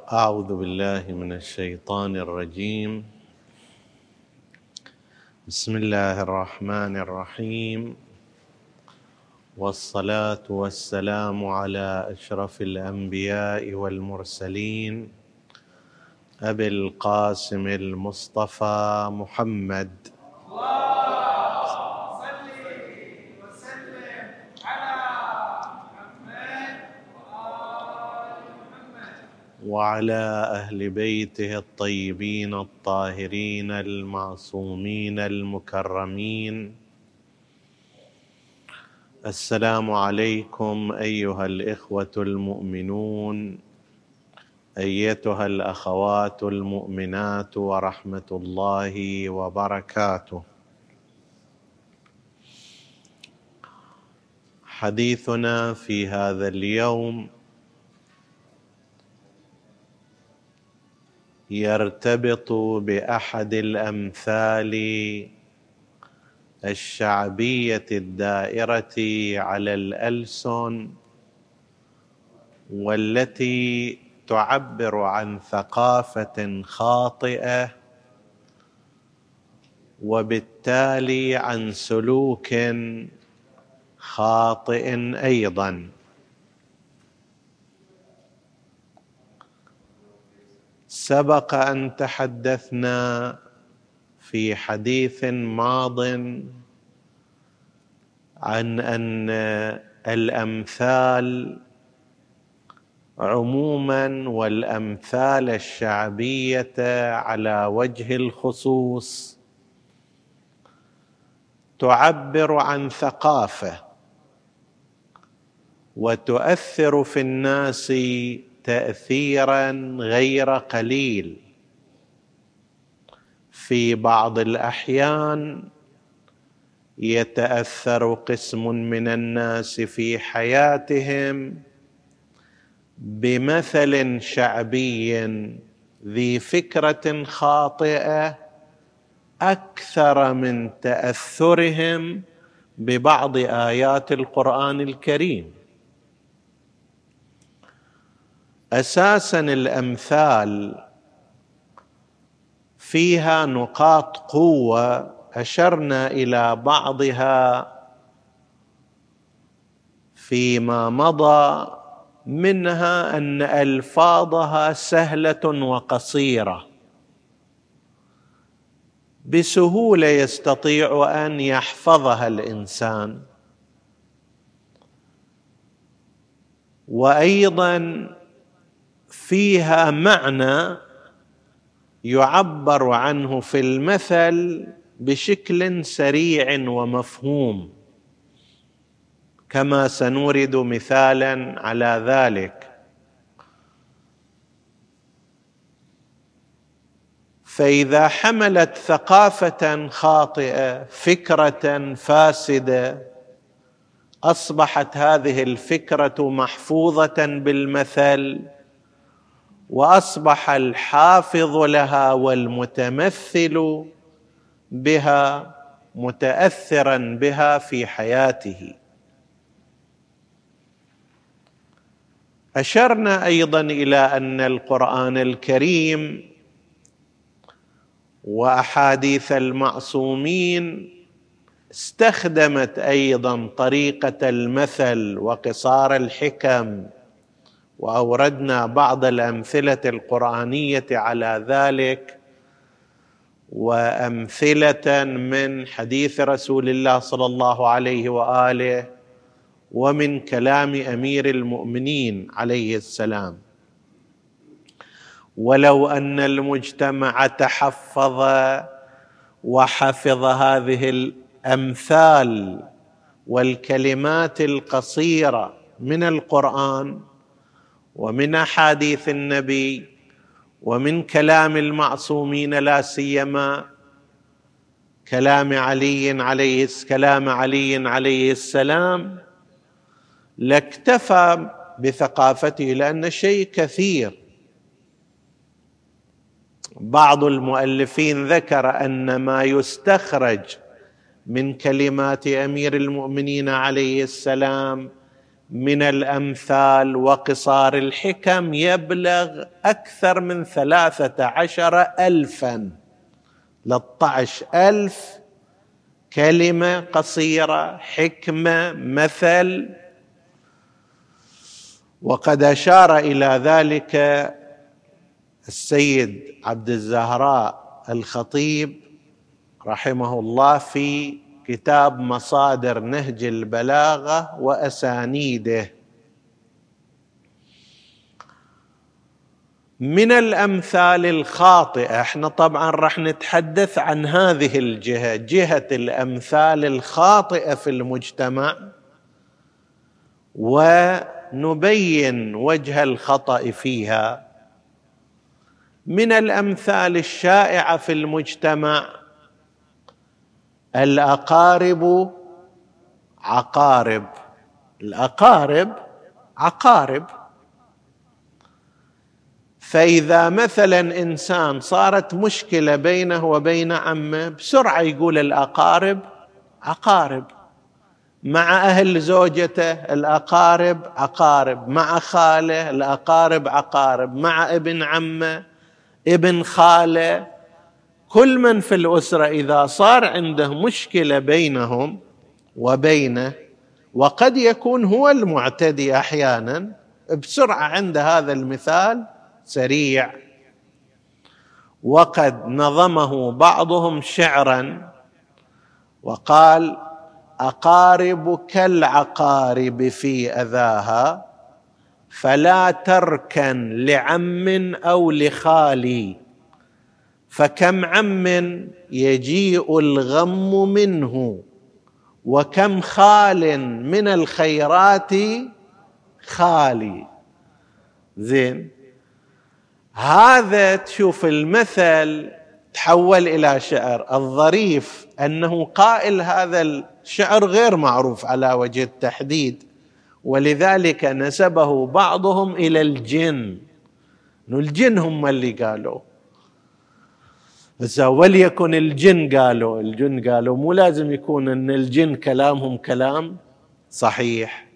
أعوذ بالله من الشيطان الرجيم. بسم الله الرحمن الرحيم، والصلاة والسلام على أشرف الأنبياء والمرسلين أبي القاسم المصطفى محمد وعلى أهل بيته الطيبين الطاهرين المعصومين المكرمين. السلام عليكم أيها الإخوة المؤمنون، أيتها الأخوات المؤمنات، ورحمة الله وبركاته. حديثنا في هذا اليوم يرتبط بأحد الأمثال الشعبية الدائرة على الألسن، والتي تعبر عن ثقافة خاطئة وبالتالي عن سلوك خاطئ أيضا. سبق أن تحدثنا في حديث ماض عن أن الأمثال عموما والأمثال الشعبية على وجه الخصوص تعبر عن ثقافة وتؤثر في الناس تأثيرا غير قليل. في بعض الأحيان يتأثر قسم من الناس في حياتهم بمثل شعبي ذي فكرة خاطئة أكثر من تأثرهم ببعض آيات القرآن الكريم. أساساً الأمثال فيها نقاط قوة أشرنا إلى بعضها فيما مضى، منها أن ألفاظها سهلة وقصيرة، بسهولة يستطيع أن يحفظها الإنسان، وأيضا فيها معنى يعبر عنه في المثل بشكل سريع ومفهوم، كما سنورد مثالا على ذلك. فإذا حملت ثقافة خاطئة، فكرة فاسدة، أصبحت هذه الفكرة محفوظة بالمثل، وأصبح الحافظ لها والمتمثل بها متأثرا بها في حياته. أشرنا أيضا إلى أن القرآن الكريم وأحاديث المعصومين استخدمت أيضا طريقة المثل وقصار الحكم، وأوردنا بعض الأمثلة القرآنية على ذلك، وأمثلة من حديث رسول الله صلى الله عليه وآله ومن كلام أمير المؤمنين عليه السلام. ولو أن المجتمع تحفظ وحفظ هذه الأمثال والكلمات القصيرة من القرآن ومن أحاديث النبي ومن كلام المعصومين، لا سيما كلام علي عليه السلام، لاكتفى بثقافته، لأن الشيء كثير. بعض المؤلفين ذكر أن ما يستخرج من كلمات أمير المؤمنين عليه السلام من الأمثال وقصار الحكم يبلغ أكثر من 13,000 13,000 كلمة قصيرة، حكمة، مثل. وقد أشار إلى ذلك السيد عبد الزهراء الخطيب رحمه الله في كتاب مصادر نهج البلاغة وأسانيده. من الأمثال الخاطئة، احنا طبعا راح نتحدث عن هذه الجهة، جهة الأمثال الخاطئة في المجتمع، ونبين وجه الخطأ فيها. من الأمثال الشائعة في المجتمع: الأقارب عقارب. الأقارب عقارب. فإذا مثلا إنسان صارت مشكلة بينه وبين عمه، بسرعة يقول الأقارب عقارب. مع أهل زوجته الأقارب عقارب، مع خاله الأقارب عقارب، مع ابن عمه، ابن خاله، كل من في الأسرة إذا صار عنده مشكلة بينهم وبينه، وقد يكون هو المعتدي أحيانا، بسرعة عند هذا المثال سريع. وقد نظمه بعضهم شعرا وقال: أقارب كالعقارب في أذاها، فلا تركن لعم أو لخالي، فكم عم يجيء الغم منه، وكم خال من الخيرات خالي. زين، هذا تشوف المثل تحول إلى شعر. الظريف أنه قائل هذا الشعر غير معروف على وجه التحديد، ولذلك نسبه بعضهم إلى الجن، إنه الجن هم اللي قالوا. بس وليكن الجن قالوا، مو لازم يكون أن الجن كلامهم كلام صحيح.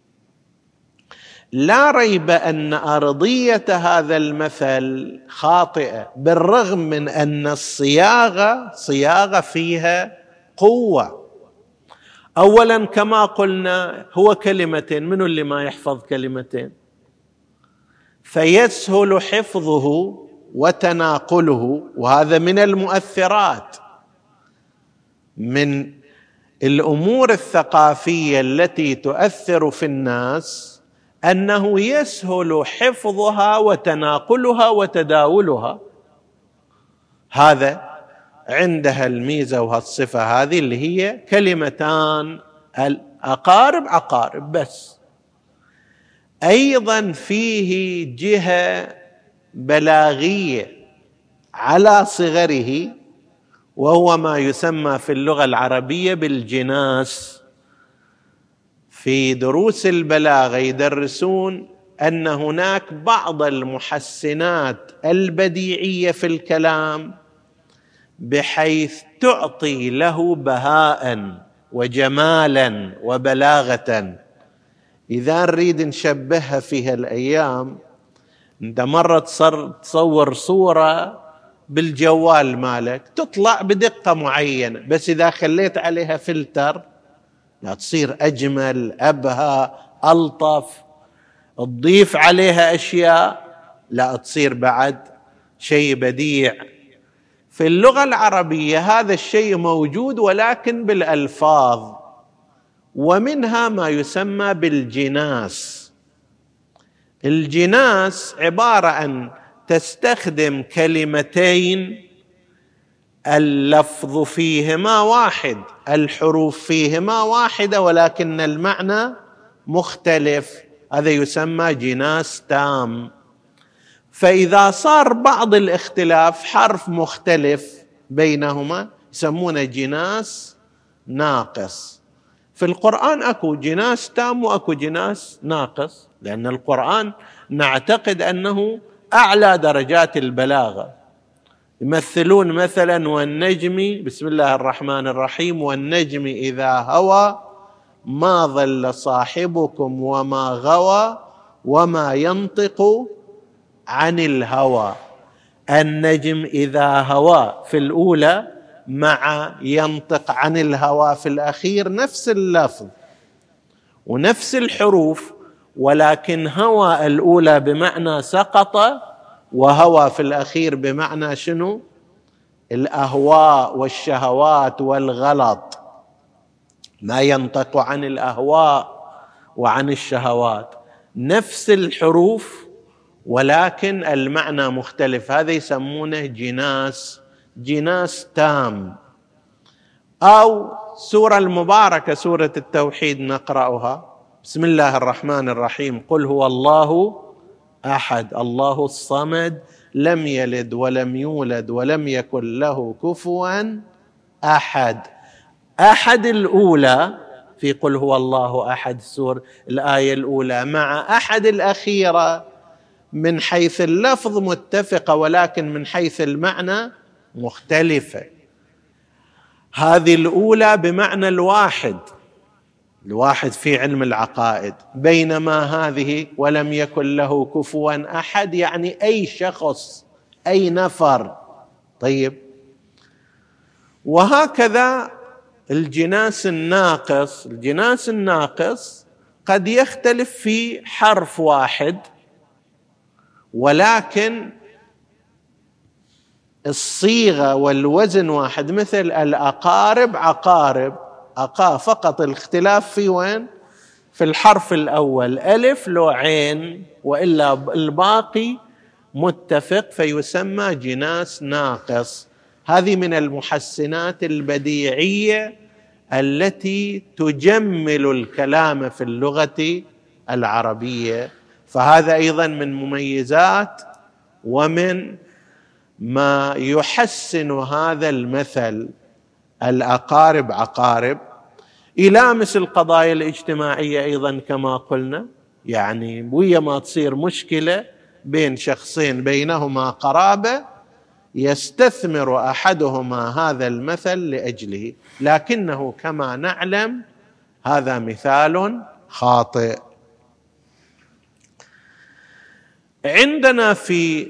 لا ريب أن أرضية هذا المثل خاطئة، بالرغم من أن الصياغة فيها قوة. أولا كما قلنا هو كلمتين، من اللي ما يحفظ كلمتين؟ فيسهل حفظه وتناقله، وهذا من المؤثرات، من الأمور الثقافية التي تؤثر في الناس، أنه يسهل حفظها وتناقلها وتداولها. هذا عندها الميزة وهالصفة هذه اللي هي كلمتان، الأقارب عقارب بس. أيضا فيه جهة بلاغية على صغره، وهو ما يسمى في اللغة العربية بالجناس. في دروس البلاغة يدرسون أن هناك بعض المحسنات البديعية في الكلام بحيث تعطي له بهاء وجمالا وبلاغة. إذا نريد نشبهها في هالأيام، أنت مرة تصور صورة بالجوال مالك تطلع بدقة معينة، بس إذا خليت عليها فلتر لا تصير أجمل، أبهى، ألطف. تضيف عليها أشياء لا تصير بعد شيء بديع. في اللغة العربية هذا الشيء موجود، ولكن بالألفاظ، ومنها ما يسمى بالجناس. الجناس عبارة عن تستخدم كلمتين اللفظ فيهما واحد، الحروف فيهما واحدة، ولكن المعنى مختلف. هذا يسمى جناس تام. فإذا صار بعض الاختلاف، حرف مختلف بينهما، يسمونه جناس ناقص. في القرآن أكو جناس تام وأكو جناس ناقص، لأن القرآن نعتقد أنه أعلى درجات البلاغة. يمثلون مثلا والنجم، بسم الله الرحمن الرحيم، والنجم إذا هوى ما ضل صاحبكم وما غوى وما ينطق عن الهوى. النجم إذا هوى في الأولى مع ينطق عن الهوى في الأخير نفس اللفظ ونفس الحروف، ولكن هوى الأولى بمعنى سقط، وهوى في الأخير بمعنى شنو؟ الأهواء والشهوات والغلط. ما ينطق عن الأهواء وعن الشهوات، نفس الحروف ولكن المعنى مختلف. هذا يسمونه جناس تام. أو سورة المباركة سورة التوحيد نقرأها: بسم الله الرحمن الرحيم، قل هو الله أحد الله الصمد لم يلد ولم يولد ولم يكن له كفوا أحد. أحد الأولى في قل هو الله أحد الآية الأولى مع أحد الأخيرة من حيث اللفظ متفقة، ولكن من حيث المعنى مختلفة. هذه الأولى بمعنى الواحد في علم العقائد، بينما هذه ولم يكن له كفوا أحد يعني أي شخص أي نفر. طيب، وهكذا الجناس الناقص قد يختلف في حرف واحد، ولكن الصيغة والوزن واحد، مثل الأقارب عقارب، فقط الاختلاف في وين؟ في الحرف الأول، ألف لو عين، وإلا الباقي متفق فيسمى جناس ناقص. هذه من المحسنات البديعية التي تجمل الكلام في اللغة العربية. فهذا أيضا من مميزات ومن ما يحسن هذا المثل، الأقارب عقارب. يلامس القضايا الاجتماعية أيضا كما قلنا، يعني ويا ما تصير مشكلة بين شخصين بينهما قرابة يستثمر أحدهما هذا المثل لأجله، لكنه كما نعلم هذا مثال خاطئ. عندنا في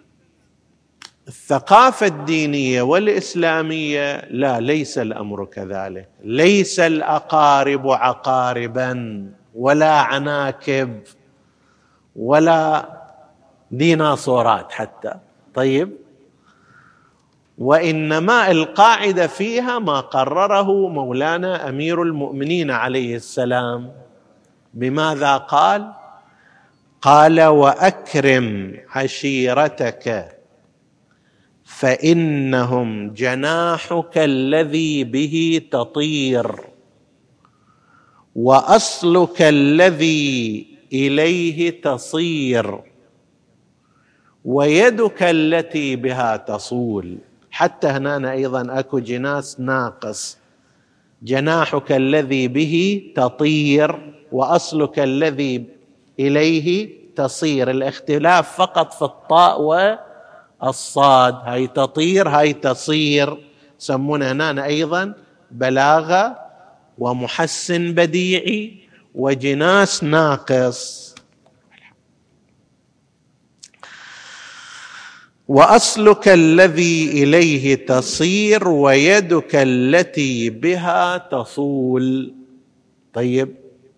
الثقافة الدينية والإسلامية لا، ليس الأمر كذلك. ليس الأقارب عقاربا ولا عناكب ولا ديناصورات حتى. طيب، وإنما القاعدة فيها ما قرره مولانا أمير المؤمنين عليه السلام. بماذا قال؟ قال: وأكرم عشيرتك فإنهم جناحك الذي به تطير، وأصلك الذي إليه تصير، ويدك التي بها تصول. حتى هنا أيضا أكو جناس ناقص، جناحك الذي به تطير وأصلك الذي إليه تصير. الاختلاف فقط في الطاء والصاد، هاي تطير هاي تصير. سمونا هنا أيضا بلاغة ومحسن بديعي وجناس ناقص. وأصلك الذي إليه تصير ويدك التي بها تصول. طيب،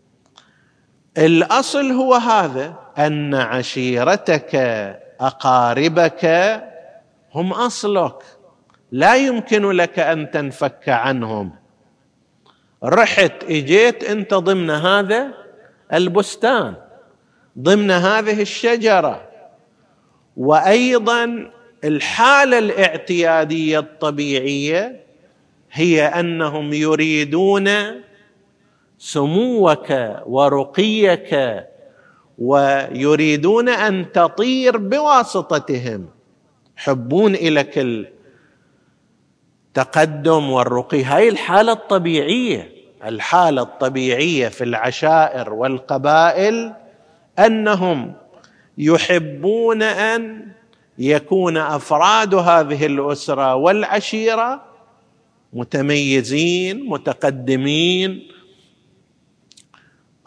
الأصل هو هذا، أن عشيرتك أقاربك هم أصلك، لا يمكن لك أن تنفك عنهم. رحت اجيت أنت ضمن هذا البستان، ضمن هذه الشجرة. وأيضا الحالة الاعتيادية الطبيعية هي أنهم يريدون سموك ورقيك، ويريدون أن تطير بواسطتهم، يحبون إليك التقدم والرقي. هاي الحالة الطبيعية في العشائر والقبائل، أنهم يحبون أن يكون أفراد هذه الأسرة والعشيرة متميزين متقدمين،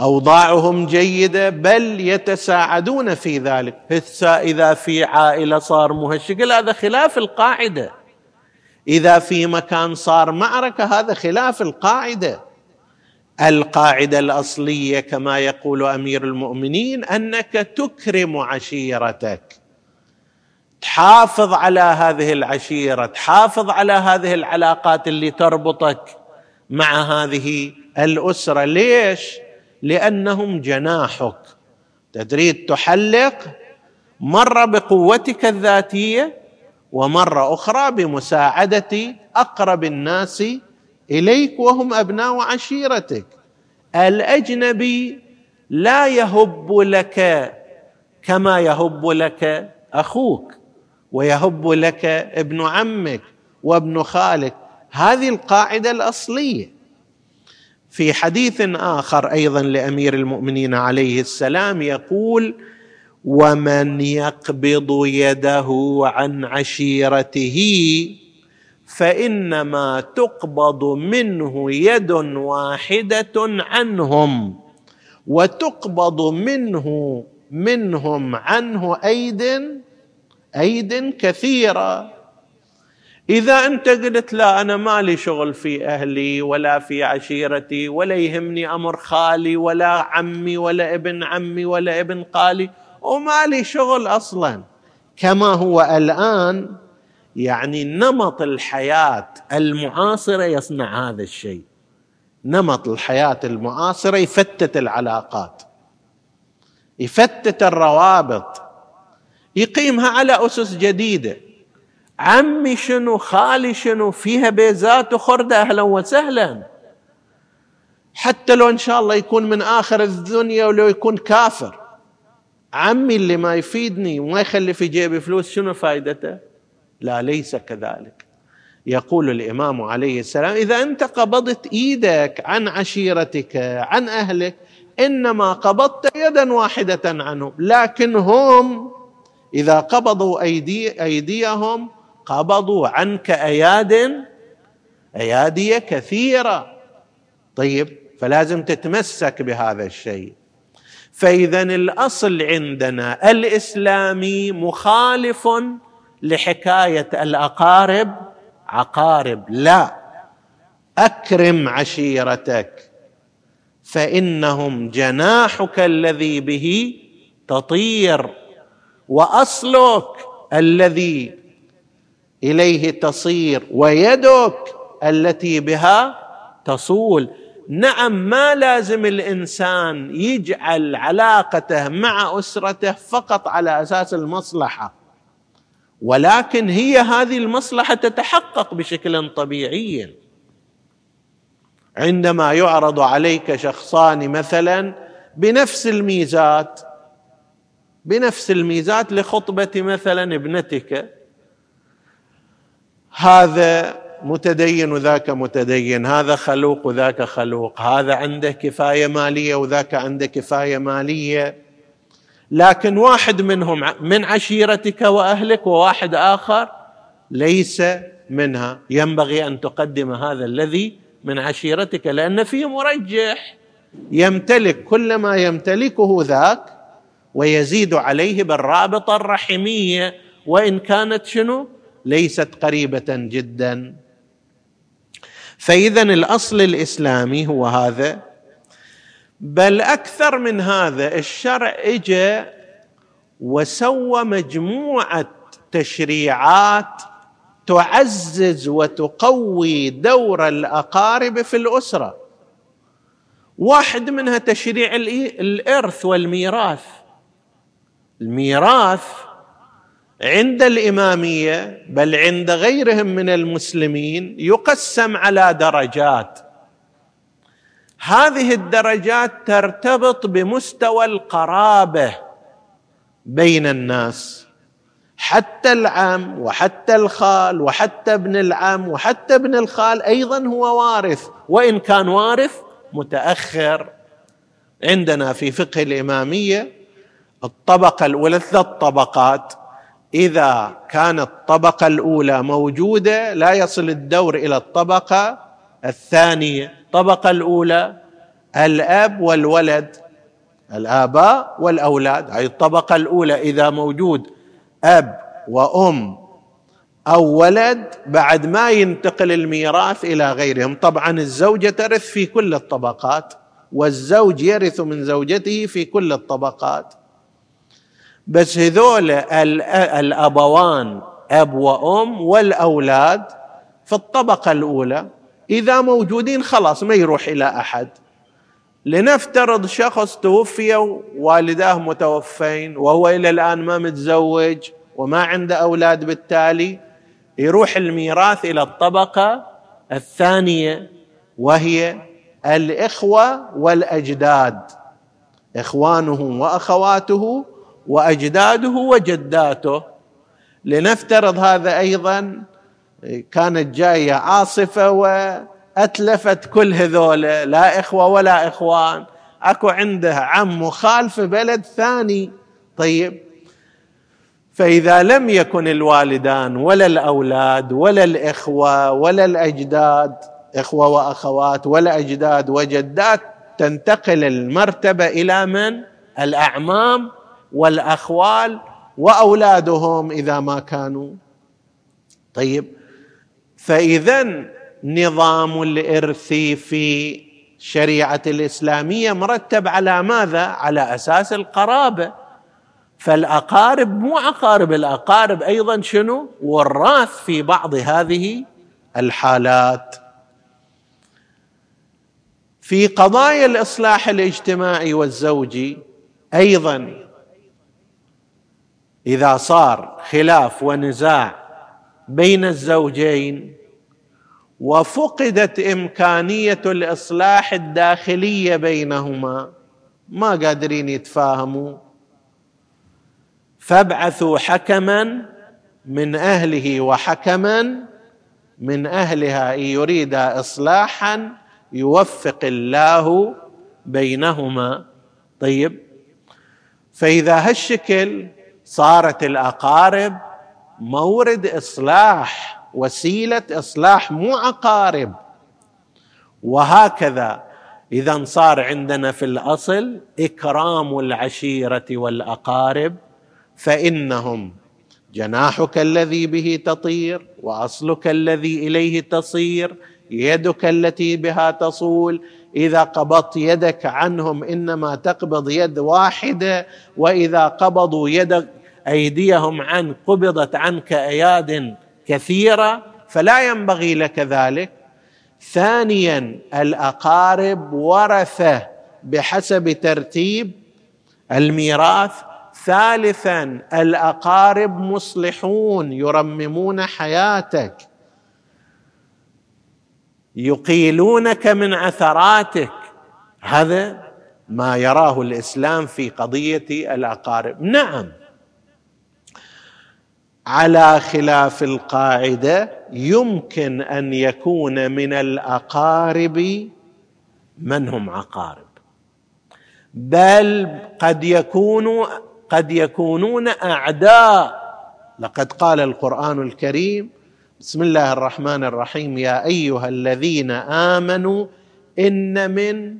أوضاعهم جيدة، بل يتساعدون في ذلك. إذا في عائلة صار مهشكل هذا خلاف القاعدة، إذا في مكان صار معركة هذا خلاف القاعدة. القاعدة الأصلية كما يقول أمير المؤمنين أنك تكرم عشيرتك، تحافظ على هذه العشيرة، تحافظ على هذه العلاقات اللي تربطك مع هذه الأسرة. ليش؟ لأنهم جناحك، تريد تحلق مرة بقوتك الذاتية ومرة أخرى بمساعدة أقرب الناس إليك وهم أبناء عشيرتك. الأجنبي لا يهب لك كما يهب لك أخوك ويهب لك ابن عمك وابن خالك، هذه القاعدة الأصلية. في حديث آخر أيضا لأمير المؤمنين عليه السلام يقول: ومن يقبض يده عن عشيرته فإنما تقبض منه يد واحدة عنهم وتقبض منهم عنه أيد كثيرة. إذا أنت قلت لا أنا مالي شغل في أهلي ولا في عشيرتي ولا يهمني أمر خالي ولا عمي ولا ابن عمي ولا ابن خالي ومالي شغل أصلا، كما هو الآن، يعني نمط الحياة المعاصرة يصنع هذا الشيء. نمط الحياة المعاصرة يفتت العلاقات، يفتت الروابط، يقيمها على أسس جديدة. عمي شنو، خالي شنو، فيها بيزات وخردة، أهلا وسهلا، حتى لو إن شاء الله يكون من آخر الدنيا ولو يكون كافر. عمي اللي ما يفيدني وما يخلي في جيبي فلوس شنو فائدته؟ لا، ليس كذلك. يقول الإمام عليه السلام: إذا أنت قبضت إيدك عن عشيرتك عن أهلك إنما قبضت يدا واحدة عنهم، لكن هم إذا قبضوا أيديهم قبضوا عنك أيادي كثيرة. طيب، فلازم تتمسك بهذا الشيء. فإذا الأصل عندنا الإسلامي مخالف لحكاية الأقارب عقارب. لا، أكرم عشيرتك فإنهم جناحك الذي به تطير وأصلك الذي إليه تصير ويدك التي بها تصول. نعم، ما لازم الإنسان يجعل علاقته مع أسرته فقط على أساس المصلحة، ولكن هي هذه المصلحة تتحقق بشكل طبيعي. عندما يعرض عليك شخصان مثلا بنفس الميزات لخطبة مثلا ابنتك، هذا متدين وذاك متدين، هذا خلوق وذاك خلوق، هذا عنده كفاية مالية وذاك عنده كفاية مالية، لكن واحد منهم من عشيرتك وأهلك وواحد آخر ليس منها. ينبغي أن تقدم هذا الذي من عشيرتك، لأن فيه مرجح يمتلك كل ما يمتلكه ذاك ويزيد عليه بالرابطة الرحمية، وإن كانت ليست قريبة جدا. فإذا الأصل الإسلامي هو هذا، بل أكثر من هذا. الشرع اجى وسوى مجموعة تشريعات تعزز وتقوي دور الأقارب في الأسرة. واحد منها تشريع الإرث والميراث. الميراث عند الإمامية بل عند غيرهم من المسلمين يقسم على درجات. هذه الدرجات ترتبط بمستوى القرابة بين الناس، حتى العم وحتى الخال وحتى ابن العم وحتى ابن الخال أيضا هو وارث، وإن كان وارث متأخر. عندنا في فقه الإمامية الطبقة الأولى 3 طبقات. إذا كانت الطبقة الأولى موجودة لا يصل الدور إلى الطبقة الثانية. الطبقة الأولى الأب والولد، الآباء والأولاد، هذه الطبقة الأولى. إذا موجود أب وأم أو ولد بعد ما ينتقل الميراث إلى غيرهم. طبعا الزوجة ترث في كل الطبقات، والزوج يرث من زوجته في كل الطبقات، بس هذول الأبوان أب وأم والأولاد في الطبقة الأولى إذا موجودين خلاص ما يروح إلى أحد. لنفترض شخص توفي والداه متوفين وهو إلى الآن ما متزوج وما عنده أولاد، بالتالي يروح الميراث إلى الطبقة الثانية وهي الإخوة والأجداد، إخوانه وأخواته وأجداده وجداته. لنفترض هذا أيضا كانت جاية عاصفة وأتلفت كل هذول، لا إخوة ولا إخوان، أكو عنده عم وخال في بلد ثاني. طيب، فإذا لم يكن الوالدان ولا الأولاد ولا الإخوة ولا الأجداد، إخوة وأخوات ولا أجداد وجدات، تنتقل المرتبة إلى من؟ الأعمام والأخوال وأولادهم إذا ما كانوا. طيب، فإذا نظام الإرث في شريعة الإسلامية مرتب على ماذا؟ على أساس القرابة. فالأقارب مو أقارب، الأقارب أيضا شنو؟ وراث في بعض هذه الحالات. في قضايا الإصلاح الاجتماعي والزوجي أيضا إذا صار خلاف ونزاع بين الزوجين وفقدت إمكانية الإصلاح الداخلية بينهما، ما قادرين يتفاهموا، فابعثوا حكما من أهله وحكما من أهلها إن يريد إصلاحا يوفق الله بينهما. طيب، فإذا هالشكل صارت الأقارب مورد إصلاح، وسيلة إصلاح، مو عقارب. وهكذا إذا صار عندنا في الأصل إكرام العشيرة والأقارب، فإنهم جناحك الذي به تطير، وأصلك الذي إليه تصير، يدك التي بها تصول. إذا قبضت يدك عنهم إنما تقبض يد واحدة، وإذا قبضوا أيديهم عنك قبضت عنك أياد كثيرة، فلا ينبغي لك ذلك. ثانيا، الأقارب ورثة بحسب ترتيب الميراث. ثالثا، الأقارب مصلحون، يرممون حياتك، يقيلونك من عثراتك. هذا ما يراه الإسلام في قضية الأقارب. نعم، على خلاف القاعدة يمكن أن يكون من الأقارب من هم عقارب، بل قد يكونون أعداء. لقد قال القرآن الكريم: بسم الله الرحمن الرحيم: يا أيها الذين آمنوا إن من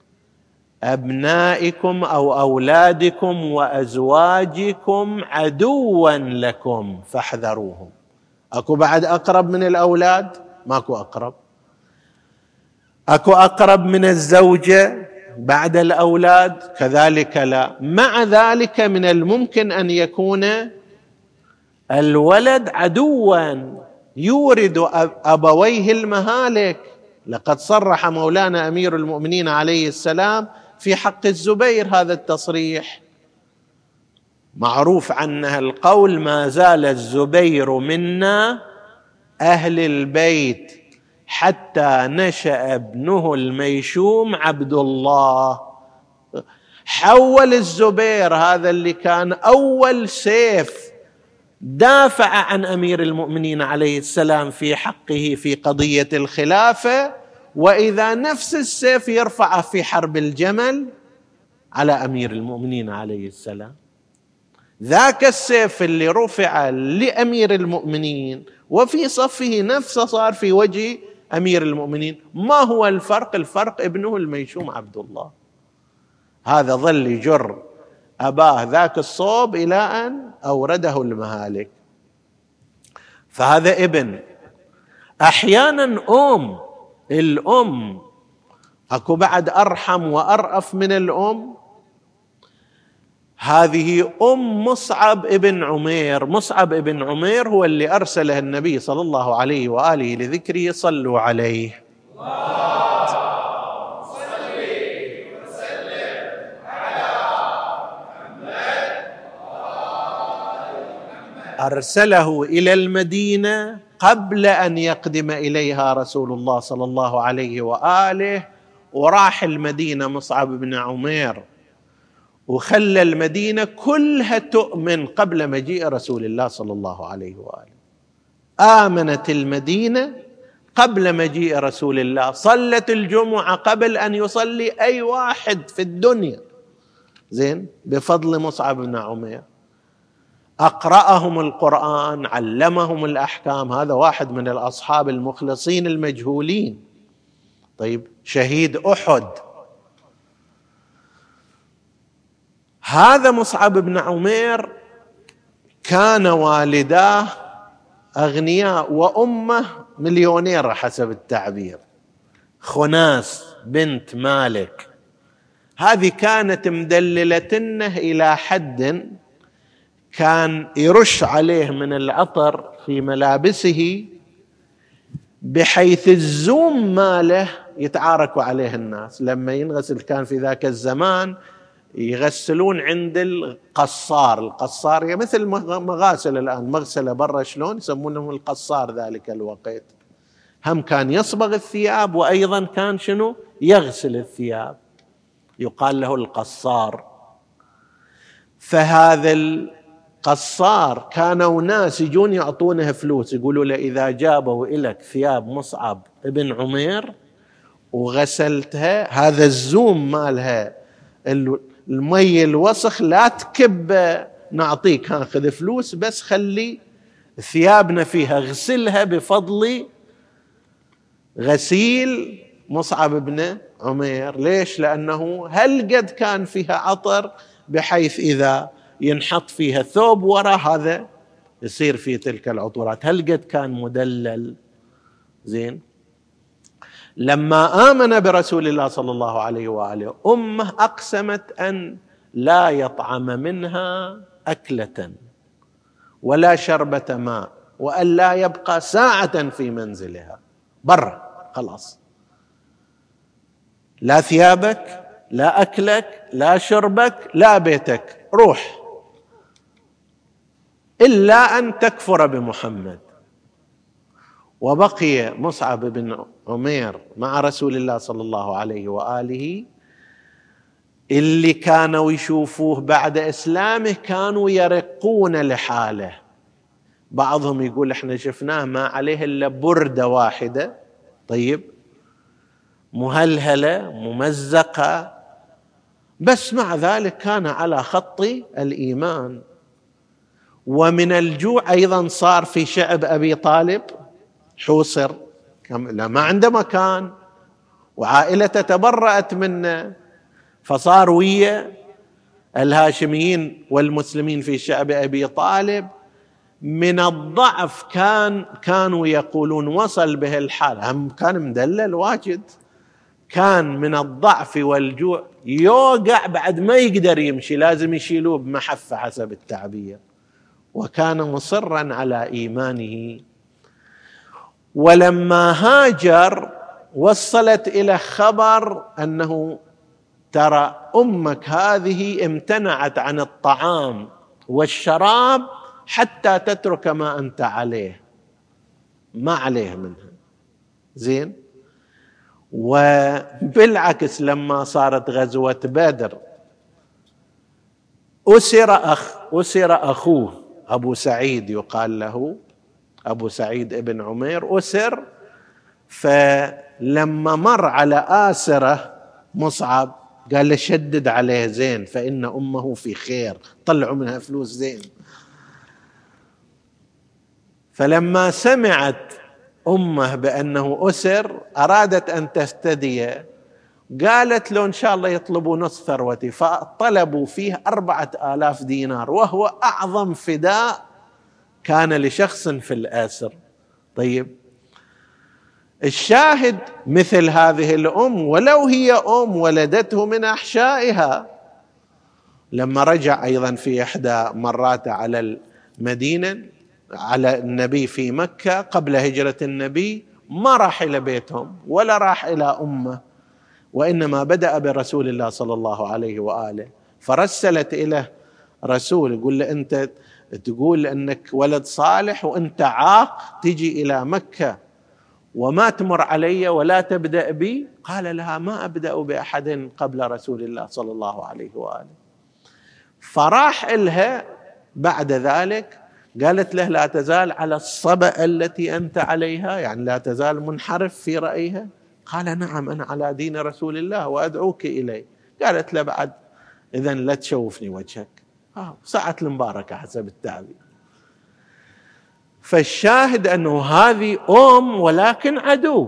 أبنائكم أو أولادكم وأزواجكم عدوا لكم فاحذروهم. أكو بعد أقرب من الأولاد؟ ماكو أقرب. أكو أقرب من الزوجة بعد الأولاد؟ كذلك لا. مع ذلك من الممكن أن يكون الولد عدوا يورد أبويه المهالك. لقد صرح مولانا أمير المؤمنين عليه السلام في حق الزبير هذا التصريح، معروف عنها القول: ما زال الزبير منا أهل البيت حتى نشأ ابنه الميشوم عبد الله. حول الزبير هذا اللي كان أول سيف دافع عن أمير المؤمنين عليه السلام في حقه في قضية الخلافة، وإذا نفس السيف يرفعه في حرب الجمل على أمير المؤمنين عليه السلام. ذاك السيف اللي رفع لأمير المؤمنين وفي صفه نفسه صار في وجه أمير المؤمنين. ما هو الفرق؟ الفرق ابنه الميشوم عبد الله، هذا ظل يجر أباه ذاك الصوب إلى أن أورده المهالك. فهذا ابن. أحيانا الأم أكو بعد أرحم وأرأف من الأم. هذه أم مصعب ابن عمير. مصعب ابن عمير هو اللي أرسله النبي صلى الله عليه وآله لذكره. صلوا عليه. أرسله إلى المدينة قبل أن يقدم إليها رسول الله صلى الله عليه وآله، وراح المدينة مصعب بن عمير وخلى المدينة كلها تؤمن قبل مجيء رسول الله صلى الله عليه وآله. آمنت المدينة قبل مجيء رسول الله، صلت الجمعة قبل أن يصلي أي واحد في الدنيا، زين، بفضل مصعب بن عمير. أقرأهم القرآن، علمهم الأحكام. هذا واحد من الأصحاب المخلصين المجهولين. طيب، شهيد أحد. هذا مصعب بن عمير كان والداه أغنياء وأمه مليونيرة حسب التعبير. خناس بنت مالك هذه كانت مدللتنه إلى حد كان يرش عليه من العطر في ملابسه بحيث الزوم ماله يتعاركوا عليه الناس. لما ينغسل كان في ذاك الزمان يغسلون عند القصار. القصار هي مثل مغاسل الآن، مغسلة برا شلون يسمونهم القصار ذلك الوقت. هم كان يصبغ الثياب وأيضا كان شنو يغسل الثياب، يقال له القصار. فهذا القصار كانوا ناس يجون يعطونه فلوس، يقولوا له إذا جابوا إلك ثياب مصعب ابن عمير وغسلتها، هذا الزوم مالها المي الوسخ لا تكب، نعطيك، خذ فلوس بس خلي ثيابنا فيها، غسلها بفضل غسيل مصعب بن عمير. ليش؟ لأنه هل قد كان فيها عطر بحيث إذا ينحط فيها ثوب وراء هذا يصير فيه تلك العطورات، هل قد كان مدلل. زين، لما آمن برسول الله صلى الله عليه وآله أمه أقسمت أن لا يطعم منها أكلة ولا شربة ماء، وأن لا يبقى ساعة في منزلها برا، خلاص، لا ثيابك لا أكلك لا شربك لا بيتك، روح إلا أن تكفر بمحمد. وبقي مصعب بن عمير مع رسول الله صلى الله عليه وآله. اللي كانوا يشوفوه بعد إسلامه كانوا يرقون لحاله. بعضهم يقول احنا شفناه ما عليه إلا بردة واحدة، طيب، مهلهلة ممزقة، بس مع ذلك كان على خط الإيمان. ومن الجوع أيضا صار في شعب أبي طالب حوصر، لا ما عنده مكان، وعائلته تبرأت منه، فصار ويا الهاشميين والمسلمين في شعب أبي طالب. من الضعف كانوا يقولون وصل به الحال، هم كان مدلل واجد، كان من الضعف والجوع يوقع بعد ما يقدر يمشي، لازم يشيلوه بمحفة حسب التعبير، وكان مصرا على إيمانه. ولما هاجر وصلت إلى خبر أنه ترى أمك هذه امتنعت عن الطعام والشراب حتى تترك ما أنت عليه، ما عليه منها. زين، وبالعكس لما صارت غزوة بدر أسر أخوه أبو سعيد، يقال له أبو سعيد ابن عمير، أسر. فلما مر على آسرة مصعب قال له شدد عليه زين فإن أمه في خير، طلعوا منها فلوس زين. فلما سمعت أمه بأنه أسر أرادت أن تفتدي، قالت له إن شاء الله يطلبوا نصف ثروتي، فطلبوا فيه 4000 دينار، وهو أعظم فداء كان لشخص في الآسر. طيب الشاهد مثل هذه الأم ولو هي أم ولدته من أحشائها، لما رجع أيضا في إحدى مرات على المدينة على النبي في مكة قبل هجرة النبي، ما راح إلى بيتهم ولا راح إلى أمه، وإنما بدأ برسول الله صلى الله عليه وآله، فرسلت إلى رسول يقول له أنت تقول أنك ولد صالح وأنت عاق تجي إلى مكة وما تمر علي ولا تبدأ بي؟ قال لها ما أبدأ بأحد قبل رسول الله صلى الله عليه وآله. فراح إلها بعد ذلك قالت له لا تزال على الصبأ التي أنت عليها، يعني لا تزال منحرف في رأيها؟ قال نعم أنا على دين رسول الله وأدعوك إليه. قالت له بعد إذن لا تشوفني وجهك. ساعة المباركة حسب التعبير. فالشاهد أنه هذه أم ولكن عدو.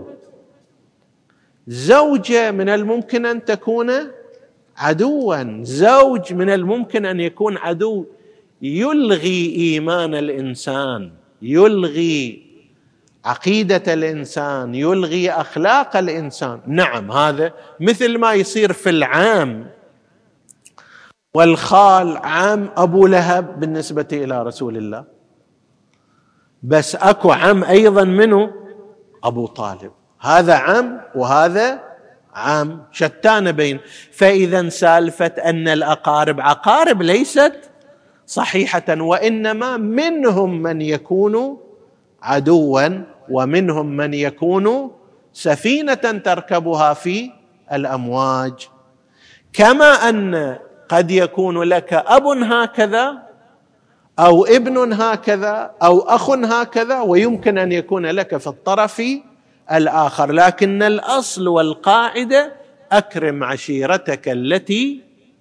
زوجة من الممكن أن تكون عدوا، زوج من الممكن أن يكون عدو، يلغي إيمان الإنسان، يلغي عقيدة الإنسان، يلغي أخلاق الإنسان. نعم هذا مثل ما يصير في العام والخال، عام أبو لهب بالنسبة إلى رسول الله، بس أكو عام أيضا منه أبو طالب، هذا عام وهذا عام، شتان بين. فإذا سالفة أن الأقارب عقارب ليست صحيحة، وإنما منهم من يكون عدوا ومنهم من يكون سفينة تركبها في الأمواج. كما أن قد يكون لك أب هكذا أو ابن هكذا أو أخ هكذا، ويمكن أن يكون لك في الطرف الآخر، لكن الأصل والقاعدة أكرم عشيرتك التي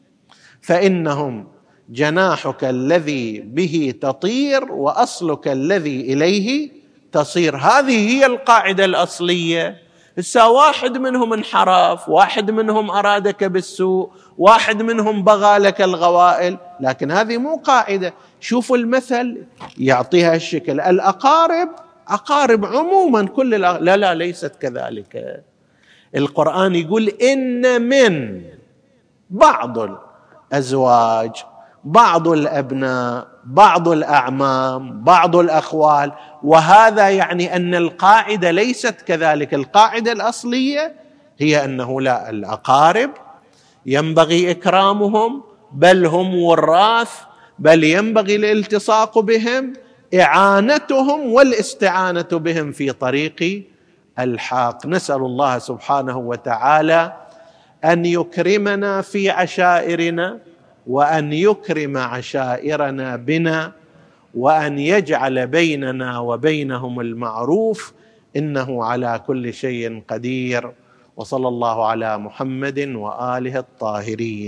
فإنهم جناحك الذي به تطير وأصلك الذي إليه تصير. هذه هي القاعدة الأصلية. واحد منهم انحرف، واحد منهم أرادك بالسوء، واحد منهم بغى لك الغوائل، لكن هذه مو قاعدة. شوفوا المثل يعطيها الشكل، الأقارب أقارب عموما كل لا ليست كذلك. القرآن يقول إن من بعض الأزواج، بعض الأبناء، بعض الأعمام، بعض الأخوال، وهذا يعني أن القاعدة ليست كذلك. القاعدة الأصلية هي أنه لا، الأقارب ينبغي إكرامهم، بل هم وراث، بل ينبغي الالتصاق بهم، إعانتهم والاستعانة بهم في طريق الحق. نسأل الله سبحانه وتعالى أن يكرمنا في عشائرنا، وأن يكرم عشائرنا بنا، وأن يجعل بيننا وبينهم المعروف، إنه على كل شيء قدير. وصلى الله على محمد وآله الطاهرين.